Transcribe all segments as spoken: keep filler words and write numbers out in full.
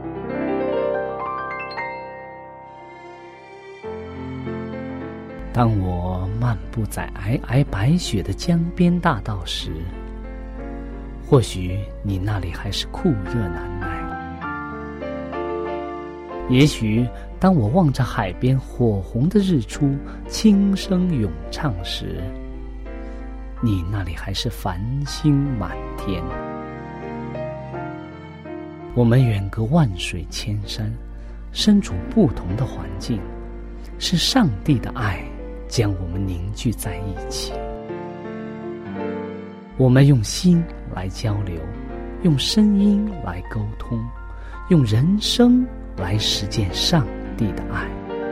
当我漫步在皑皑白雪的江边大道时，或许你那里还是酷热难耐。也许当我望着海边火红的日出轻声咏唱时，你那里还是繁星满天。我们远隔万水千山，身处不同的环境，是上帝的爱将我们凝聚在一起。我们用心来交流，用声音来沟通，用人生来实践上帝的爱。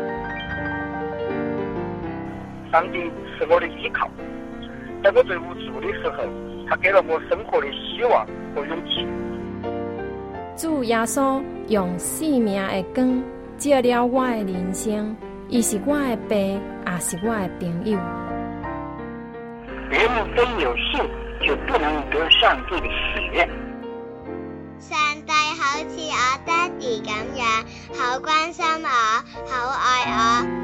上帝是我的依靠，在我最无助的时候，他给了我生活的希望和勇气。 主耶稣用生命的光照了我的人生，伊是我的爸，也是我的朋友。 人非有信，就不能得上帝的喜悦。 上帝好似我爹哋咁樣，好關心我，好愛我。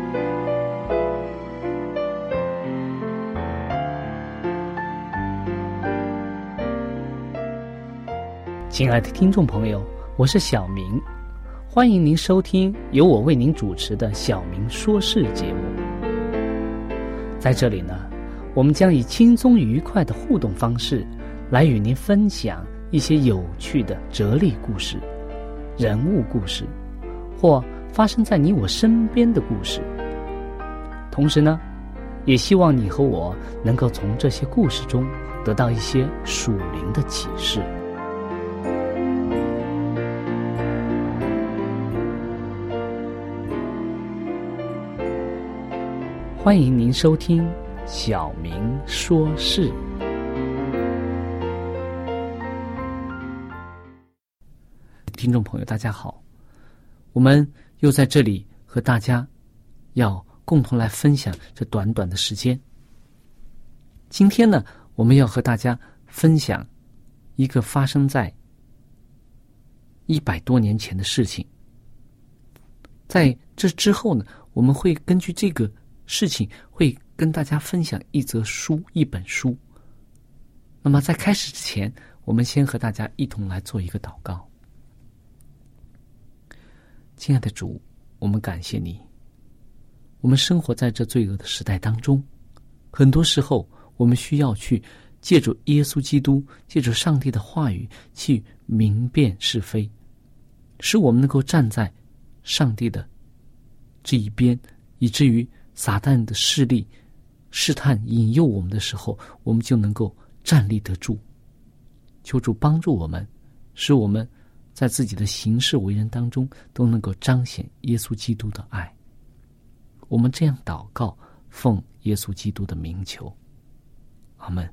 亲爱的听众朋友，我是小明，欢迎您收听由我为您主持的小明说事节目。在这里呢，我们将以轻松愉快的互动方式来与您分享一些有趣的哲理故事、人物故事，或发生在你我身边的故事。同时呢，也希望你和我能够从这些故事中得到一些属灵的启示。欢迎您收听小明说事。听众朋友大家好，我们又在这里和大家要共同来分享这短短的时间。今天呢，我们要和大家分享一个发生在一百多年前的事情。在这之后呢，我们会根据这个事情会跟大家分享一则书，一本书。那么在开始之前，我们先和大家一同来做一个祷告。亲爱的主，我们感谢你。我们生活在这罪恶的时代当中，很多时候我们需要去借助耶稣基督，借助上帝的话语去明辨是非，使我们能够站在上帝的这一边，以至于撒旦的势力试探引诱我们的时候，我们就能够站立得住。求主帮助我们，使我们在自己的行事为人当中都能够彰显耶稣基督的爱。我们这样祷告，奉耶稣基督的名求，阿们。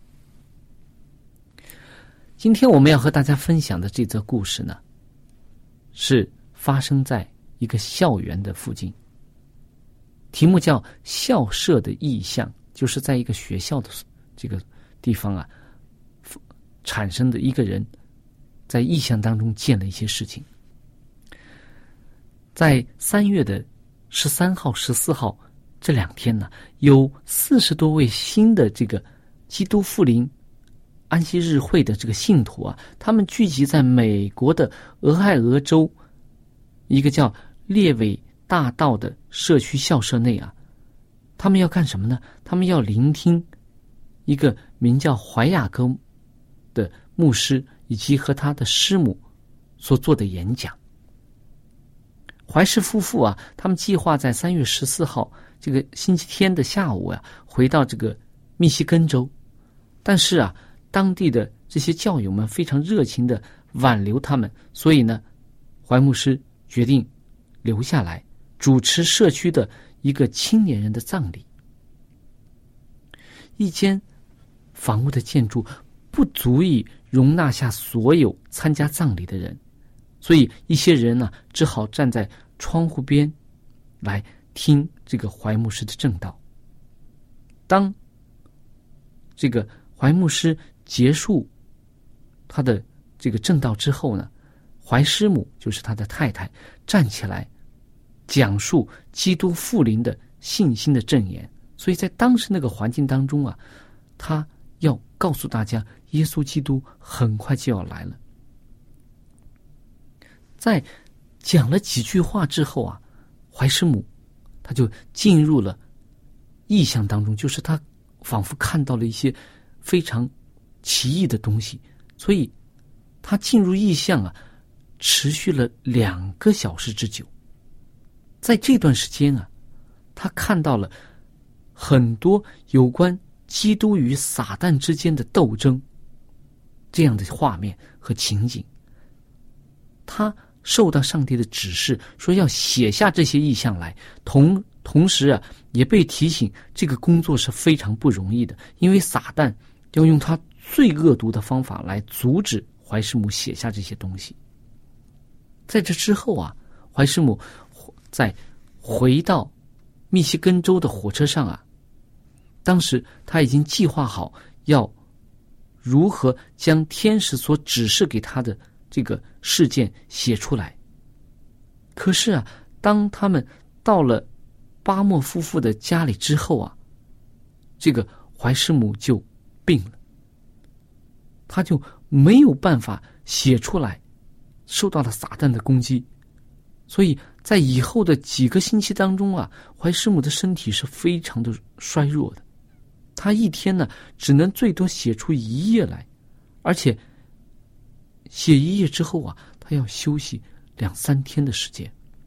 今天我们要和大家分享的这则故事呢，是发生在一个校园的附近，题目叫校舍的异象，就是在一个学校的这个地方啊，产生的一个人在异象当中见了一些事情。在三月的十三号、十四号这两天呢，有四十多位新的这个基督复临安息日会的这个信徒啊，他们聚集在美国的俄亥俄州一个叫列韦大道的社区校舍内啊，他们要干什么呢？他们要聆听一个名叫怀亚哥的牧师以及和他的师母所做的演讲。怀氏夫妇啊，他们计划在三月十四号这个星期天的下午啊，回到这个密西根州，但是啊，当地的这些教友们非常热情的挽留他们，所以呢，怀牧师决定留下来主持社区的一个青年人的葬礼。一间房屋的建筑不足以容纳下所有参加葬礼的人，所以一些人呢、啊，只好站在窗户边来听这个怀牧师的证道。当这个怀牧师结束他的这个证道之后呢， 怀师母就是他的太太站起来讲述基督复临的信心的证言。所以在当时那个环境当中啊，他要告诉大家耶稣基督很快就要来了。在讲了几句话之后啊，怀师母他就进入了异象当中，就是他仿佛看到了一些非常奇异的东西，所以他进入异象啊，持续了两个小时之久。在这段时间啊，他看到了很多有关基督与撒旦之间的斗争这样的画面和情景。他受到上帝的指示，说要写下这些异象来，同同时啊，也被提醒这个工作是非常不容易的，因为撒旦要用他最恶毒的方法来阻止怀师母写下这些东西。在这之后啊，怀师母在回到密西根州的火车上啊，当时他已经计划好要如何将天使所指示给他的这个事件写出来。可是啊，当他们到了巴莫夫妇的家里之后啊，这个怀师母就病了，他就没有办法写出来，受到了撒旦的攻击。所以在以后的几个星期当中啊，怀师母的身体是非常的衰弱的，他一天呢只能最多写出一页来，而且写一页之后啊，他要休息两三天的时间。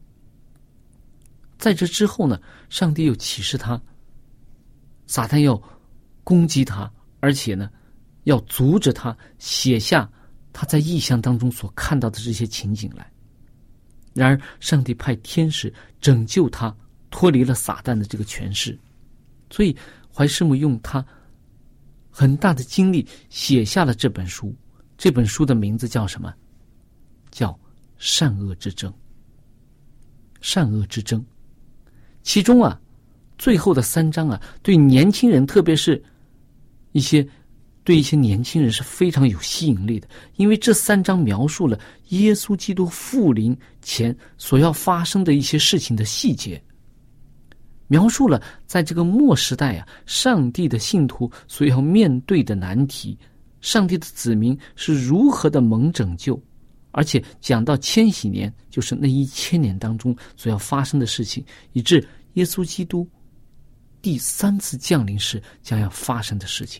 在这之后呢，上帝又启示他，撒旦要攻击他，而且呢要阻止他写下他在异象当中所看到的这些情景来。然而上帝派天使拯救他，脱离了撒旦的这个权势。所以怀师母用他很大的精力写下了这本书。这本书的名字叫什么？叫善恶之争。善恶之争其中啊，最后的三章啊，对年轻人，特别是一些对一些年轻人是非常有吸引力的，因为这三章描述了耶稣基督复临前所要发生的一些事情的细节，描述了在这个末时代啊，上帝的信徒所要面对的难题，上帝的子民是如何的蒙拯救，而且讲到千禧年，就是那一千年当中所要发生的事情，以致耶稣基督第三次降临时将要发生的事情。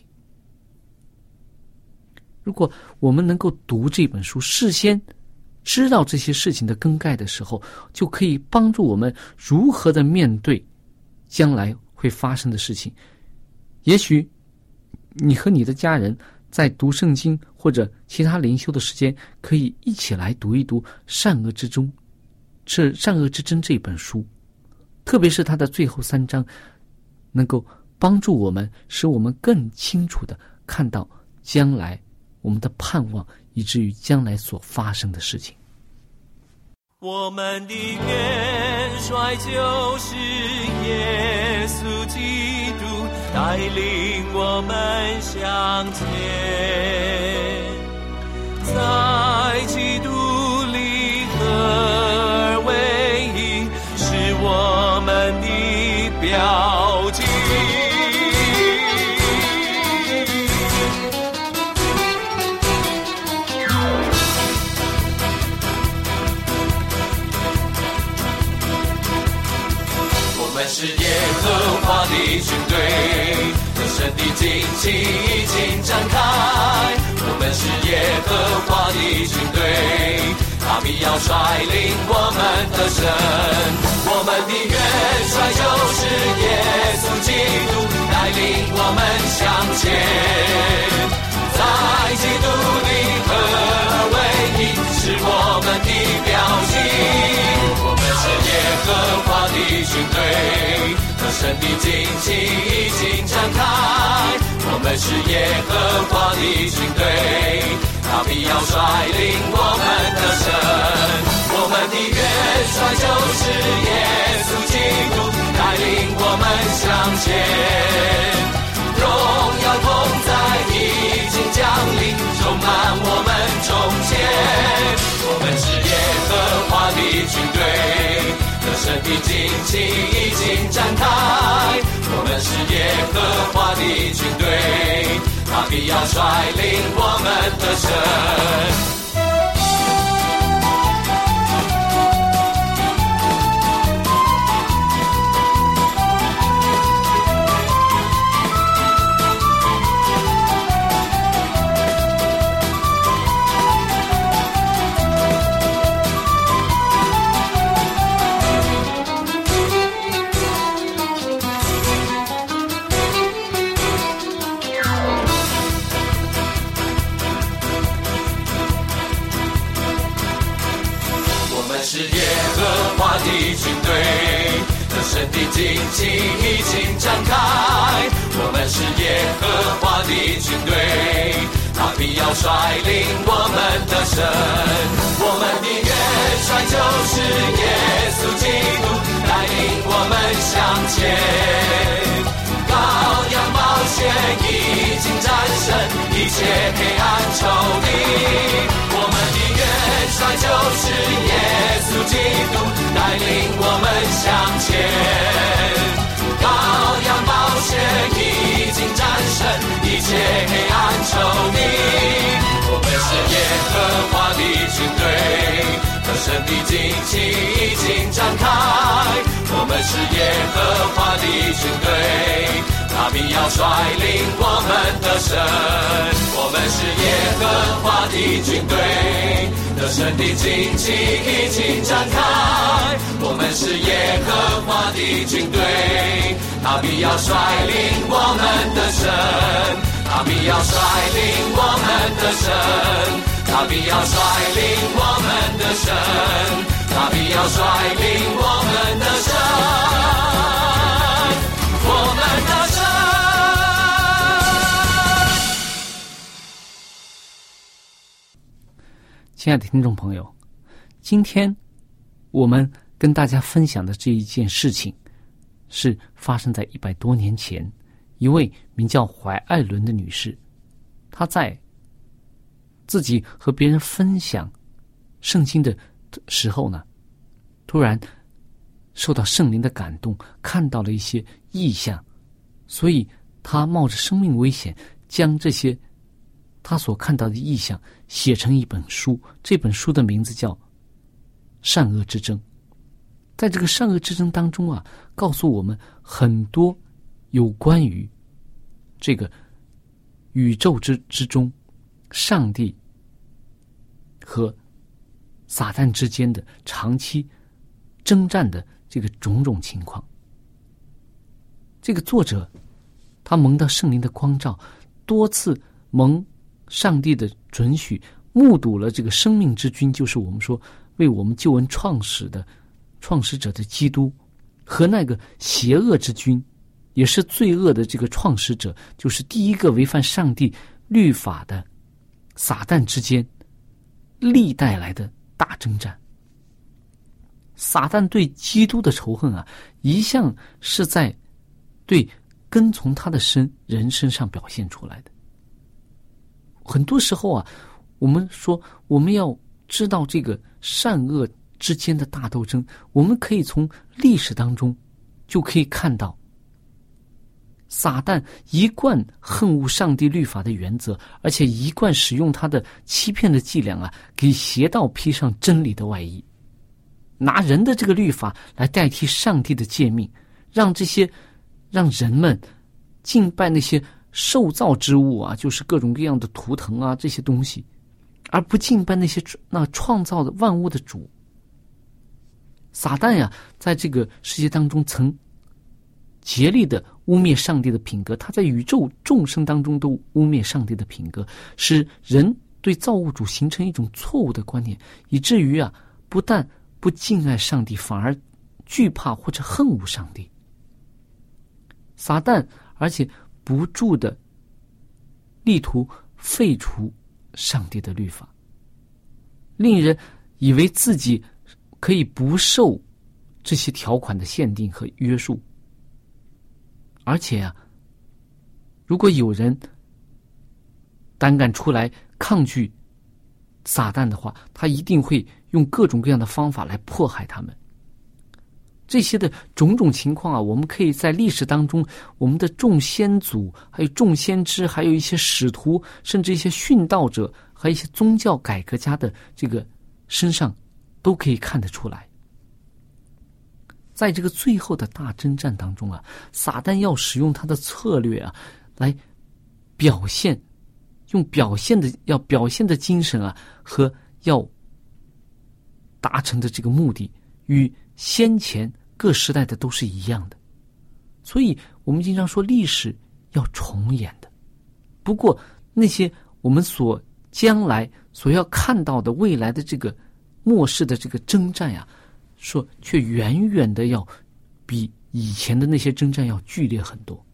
如果我们能够读这本书，事先知道这些事情的更改的时候，就可以帮助我们如何的面对将来会发生的事情。也许你和你的家人在读圣经或者其他灵修的时间，可以一起来读一读善恶之中这善恶之争这本书，特别是它的最后三章，能够帮助我们，使我们更清楚地看到将来我们的盼望，以至于将来所发生的事情。 我们的元帅就是耶稣基督，带领我们向前，在基督里合而为一，是我们的标记。是耶和华的军队，得胜的旌旗已经展开。我们是耶和华的军队，他必要率领我们得胜。我们的元帅就是耶稣基督，带领我们向前，在基督里合而为一，是我们的标记。我们是耶和华的军队，得胜的旌旗已经展开。我们是耶和华的军队，他必要率领我们得胜。我们的元帅就是耶稣基督，带领我们向前，荣耀同在已经降临，充满我们中间。我们是的旌旗已经展开，我们是耶和华的军队，他必要率领我们得胜。神的旌旗已经展开，我们是耶和华的军队，他必要率领我们得胜。我们的元帅就是耶稣基督，带领我们向前。羔羊宝血已经战胜一切黑暗仇敌，我们的元帅就是耶稣基督，带领我们向前。羔羊宝血已经战胜一切黑暗仇敌，我们是耶和华的军队，得胜的旌旗已经展开，我们是耶和华的军队，他必要率领我们得胜。我们是耶和华的军队，得胜的旌旗已经展开，我们是耶和华的军队，他必要率领我们得胜。他必要率领我们得胜，他必要率领我们得胜，他必要率领我们得胜，我们得胜。 亲爱的听众朋友，今天我们跟大家分享的这一件事情是发生在一百多年前，一位名叫怀艾伦的女士，她在自己和别人分享圣经的时候呢，突然受到圣灵的感动，看到了一些异象，所以她冒着生命危险将这些她所看到的异象写成一本书，这本书的名字叫《善恶之争》。在这个善恶之争当中啊，告诉我们很多有关于这个宇宙之之中上帝和撒旦之间的长期征战的这个种种情况。这个作者他蒙到圣灵的光照，多次蒙上帝的准许，目睹了这个生命之君，就是我们说为我们救恩创始的创始者的基督，和那个邪恶之君，也是罪恶的这个创始者，就是第一个违反上帝律法的撒旦之间历代来的大征战。撒旦对基督的仇恨啊，一向是在对跟从他的身人身上表现出来的。很多时候啊，我们说我们要知道这个善恶之间的大斗争，我们可以从历史当中就可以看到撒旦一贯恨恶上帝律法的原则，而且一贯使用他的欺骗的伎俩啊，给邪道披上真理的外衣，拿人的这个律法来代替上帝的诫命，让这些让人们敬拜那些受造之物啊，就是各种各样的图腾啊，这些东西，而不敬拜那些那创造的万物的主。撒旦呀，在这个世界当中曾竭力的污蔑上帝的品格，他在宇宙众生当中都污蔑上帝的品格，使人对造物主形成一种错误的观念，以至于啊，不但不敬爱上帝，反而惧怕或者恨恶上帝。撒旦而且不住的力图废除上帝的律法，令人以为自己可以不受这些条款的限定和约束。而且啊，如果有人胆敢出来抗拒撒旦的话，他一定会用各种各样的方法来迫害他们。 这些的种种情况啊，我们可以在历史当中，我们的众先祖，还有众先知，还有一些使徒，甚至一些殉道者，和一些宗教改革家的这个身上，都可以看得出来。在这个最后的大征战当中啊，撒旦要使用他的策略啊，来表现，用表现的要表现的精神啊，和要达成的这个目的，与先前各时代的都是一样的。所以我们经常说历史要重演的。不过那些我们所将来所要看到的未来的这个末世的这个征战呀、啊，说却远远的要比以前的那些征战要剧烈很多，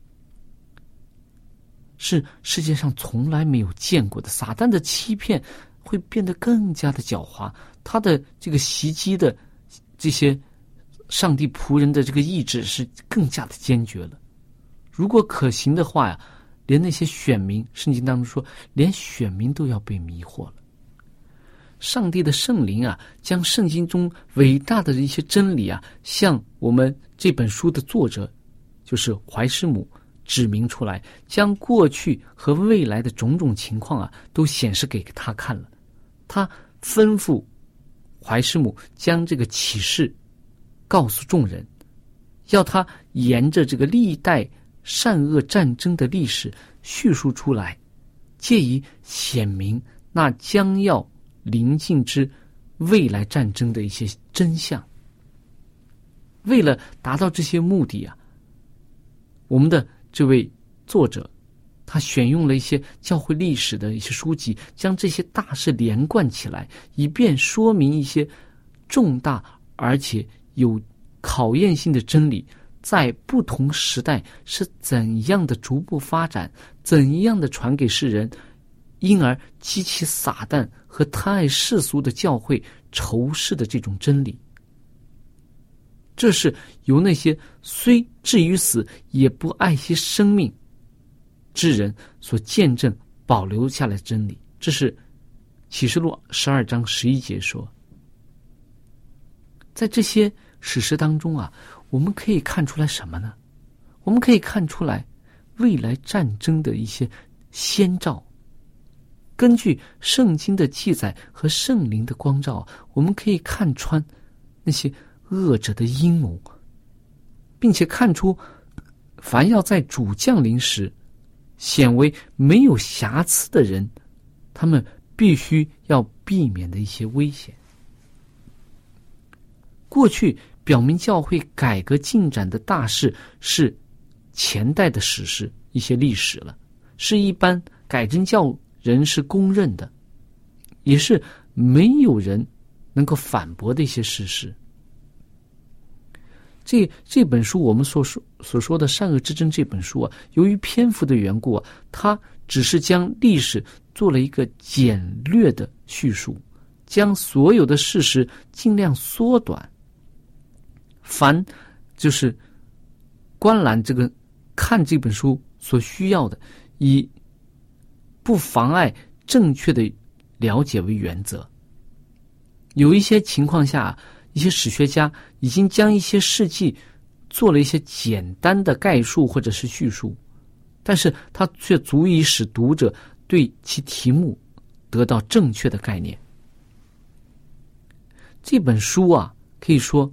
是世界上从来没有见过的。撒旦的欺骗会变得更加的狡猾，他的这个袭击的这些上帝仆人的这个意志是更加的坚决了。如果可行的话呀，连那些选民，圣经当中说连选民都要被迷惑了。上帝的圣灵啊，将圣经中伟大的一些真理啊，向我们这本书的作者就是怀师母指明出来，将过去和未来的种种情况啊都显示给他看了。他吩咐怀师母将这个启示告诉众人，要他沿着这个历代善恶战争的历史叙述出来，借以显明那将要临近之未来战争的一些真相。为了达到这些目的啊，我们的这位作者他选用了一些教会历史的一些书籍，将这些大事连贯起来，以便说明一些重大而且有考验性的真理在不同时代是怎样的逐步发展，怎样的传给世人，因而激起撒旦和贪爱世俗的教会仇视的这种真理。这是由那些虽至于死也不爱惜生命之人所见证保留下来的真理。这是启示录十二章十一节说。在这些史实当中啊，我们可以看出来什么呢？我们可以看出来未来战争的一些先兆。根据圣经的记载和圣灵的光照，我们可以看穿那些恶者的阴谋，并且看出凡要在主降临时显为没有瑕疵的人，他们必须要避免的一些危险。过去表明教会改革进展的大事是前代的史实，一些历史了，是一般改正教人是公认的，也是没有人能够反驳的一些事实。这这本书我们所说所说的善恶之争这本书啊，由于篇幅的缘故啊，它只是将历史做了一个简略的叙述，将所有的事实尽量缩短。凡就是观览这个看这本书所需要的，以不妨碍正确的了解为原则。有一些情况下，一些史学家已经将一些事迹做了一些简单的概述或者是叙述，但是它却足以使读者对其题目得到正确的概念。这本书啊，可以说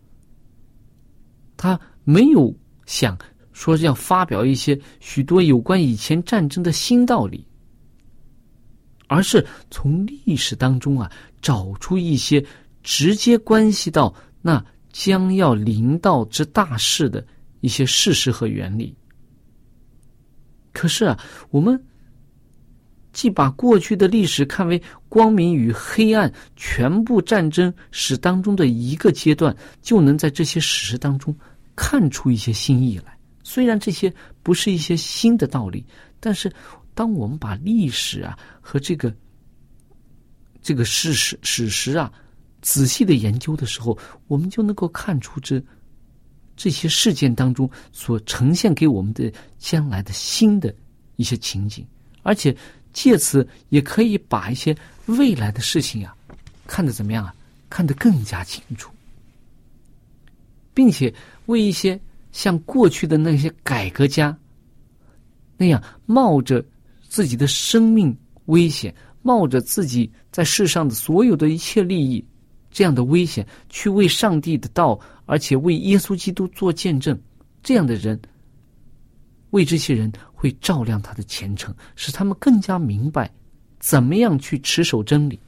他没有想说要发表一些许多有关以前战争的新道理，而是从历史当中啊找出一些直接关系到那将要临到之大事的一些事实和原理。可是啊，我们既把过去的历史看为光明与黑暗全部战争史当中的一个阶段，就能在这些史实当中看出一些新意来。虽然这些不是一些新的道理，但是当我们把历史啊和这个这个事实史实啊仔细的研究的时候，我们就能够看出这这些事件当中所呈现给我们的将来的新的一些情景，而且借此也可以把一些未来的事情啊看得怎么样啊看得更加清楚。 并且为一些像过去的那些改革家那样冒着自己的生命危险，冒着自己在世上的所有的一切利益这样的危险，去为上帝的道，而且为耶稣基督做见证，这样的人，为这些人会照亮他的前程，使他们更加明白怎么样去持守真理。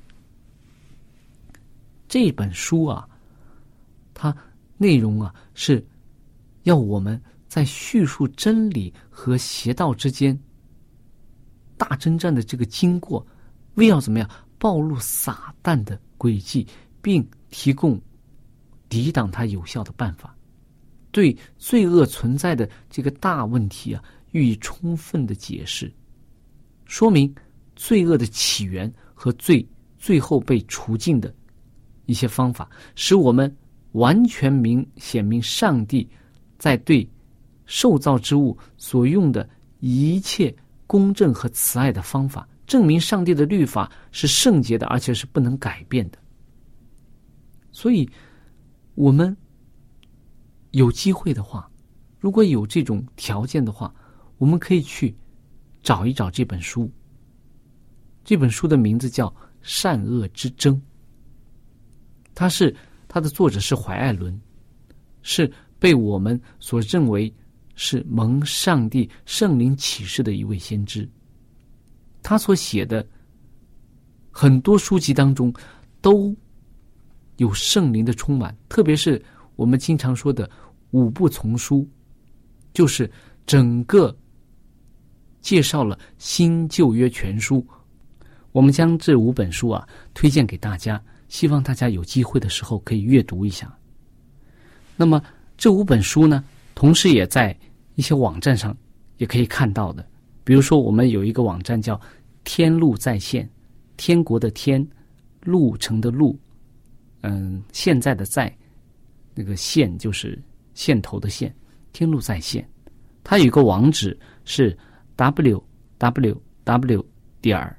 这本书啊，它内容啊是要我们在叙述真理和邪道之间大征战的这个经过，为要怎么样暴露撒旦的诡计，并提供抵挡他有效的办法，对罪恶存在的这个大问题啊予以充分的解释，说明罪恶的起源和罪最后被除尽的一些方法，使我们完全明显明上帝在对受造之物所用的一切公正和慈爱的方法，证明上帝的律法是圣洁的，而且是不能改变的。所以我们有机会的话，如果有这种条件的话，我们可以去找一找这本书。这本书的名字叫《善恶之争》，它是它的作者是怀艾伦，是被我们所认为是蒙上帝圣灵启示的一位先知。他所写的很多书籍当中都有圣灵的充满，特别是我们经常说的五部丛书，就是整个介绍了新旧约全书。我们将这五本书啊推荐给大家，希望大家有机会的时候可以阅读一下。那么这五本书呢，同时也在一些网站上也可以看到的。比如说我们有一个网站叫天路在线，天国的天，路程的路，嗯，现在的在，那个线就是线头的线，天路在线。它有一个网址是 w w w 点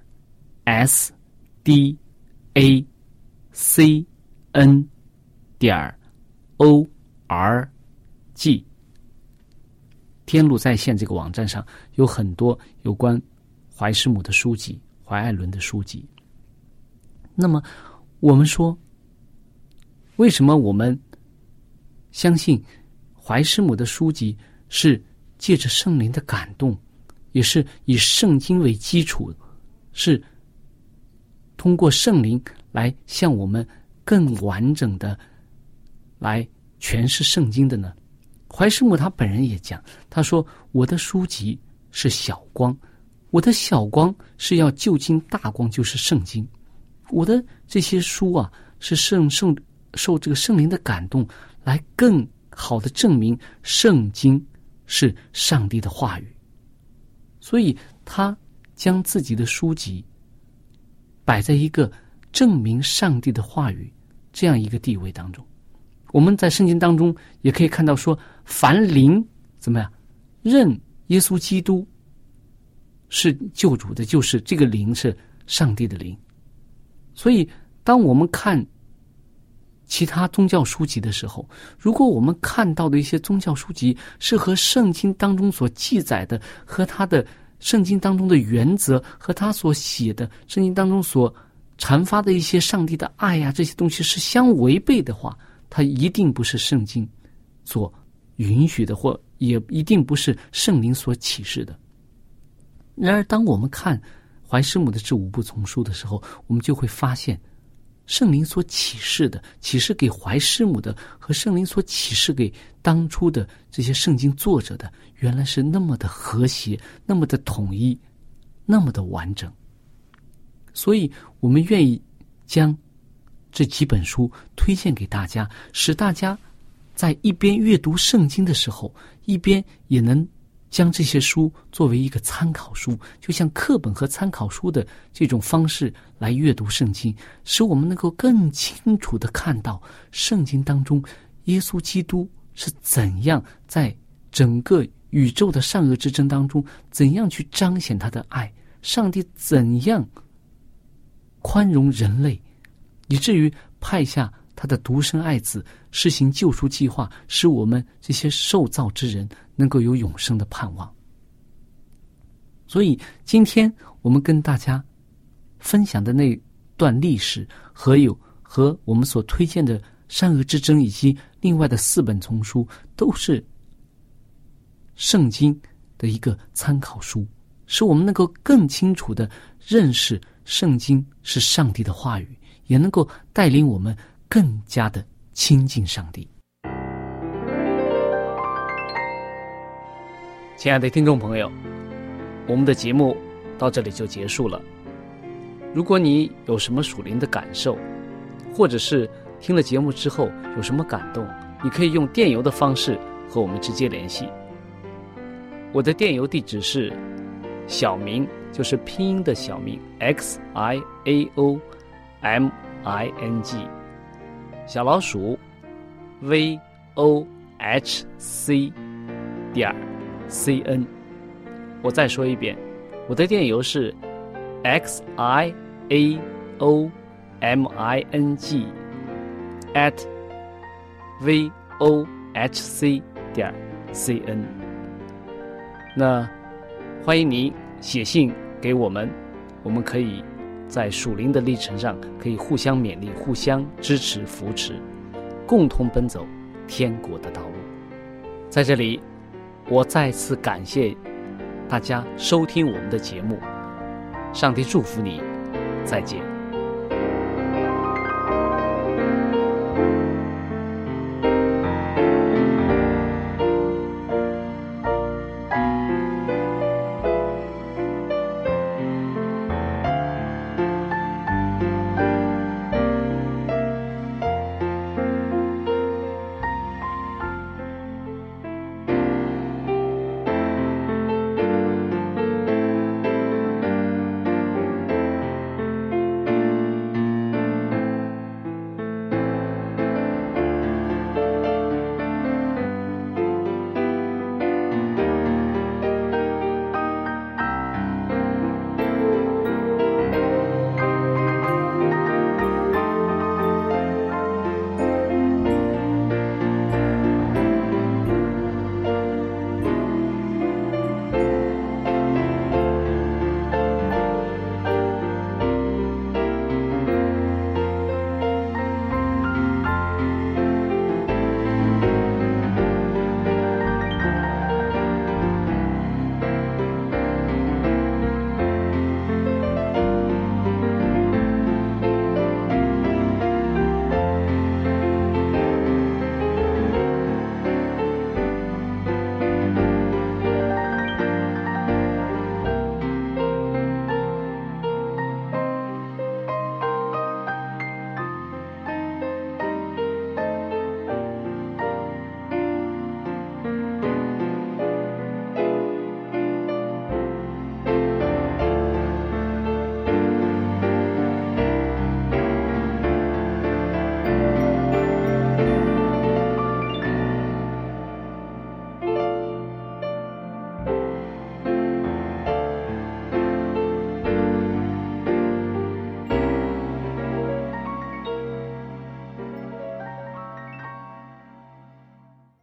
s d a c n 点 o r g。 天路在线这个网站上有很多有关怀师母的书籍，怀艾伦的书籍。那么我们说，为什么我们相信怀师母的书籍是借着圣灵的感动，也是以圣经为基础，是通过圣灵来向我们更完整的来诠释圣经的呢？怀师母他本人也讲，他说我的书籍是小光，我的小光是要就近大光，就是圣经。我的这些书啊，是圣圣受这个圣灵的感动，来更好的证明圣经是上帝的话语。所以他将自己的书籍摆在一个证明上帝的话语这样一个地位当中。我们在圣经当中也可以看到说，凡灵怎么样认耶稣基督是救主的，就是这个灵是上帝的灵。所以当我们看其他宗教书籍的时候，如果我们看到的一些宗教书籍是和圣经当中所记载的，和他的圣经当中的原则，和他所写的圣经当中所阐发的一些上帝的爱呀、啊、这些东西是相违背的话，它一定不是圣经所允许的，或也一定不是圣灵所启示的。然而当我们看怀师母的这五部丛书的时候，我们就会发现圣灵所启示的，启示给怀师母的，和圣灵所启示给当初的这些圣经作者的，原来是那么的和谐，那么的统一，那么的完整。所以我们愿意将这几本书推荐给大家，使大家在一边阅读圣经的时候，一边也能将这些书作为一个参考书，就像课本和参考书的这种方式来阅读圣经，使我们能够更清楚地看到圣经当中耶稣基督是怎样在整个宇宙的善恶之争当中怎样去彰显他的爱，上帝怎样宽容人类，以至于派下他的独生爱子施行救赎计划，使我们这些受造之人能够有永生的盼望。所以今天我们跟大家分享的那段历史，和有和我们所推荐的善恶之争以及另外的四本丛书，都是圣经的一个参考书，使我们能够更清楚地认识圣经是上帝的话语，也能够带领我们更加的亲近上帝。亲爱的听众朋友，我们的节目到这里就结束了。如果你有什么属灵的感受，或者是听了节目之后有什么感动，你可以用电邮的方式和我们直接联系。我的电邮地址是小明，就是拼音的小明 X I A O M I N G 小老鼠 V O H C 点 C N。 我再说一遍，我的电邮是 X I A O M I N G at V O H C 点 C N。 那欢迎您写信给我们，我们可以在属灵的历程上可以互相勉励，互相支持扶持，共同奔走天国的道路。在这里我再次感谢大家收听我们的节目，上帝祝福你，再见。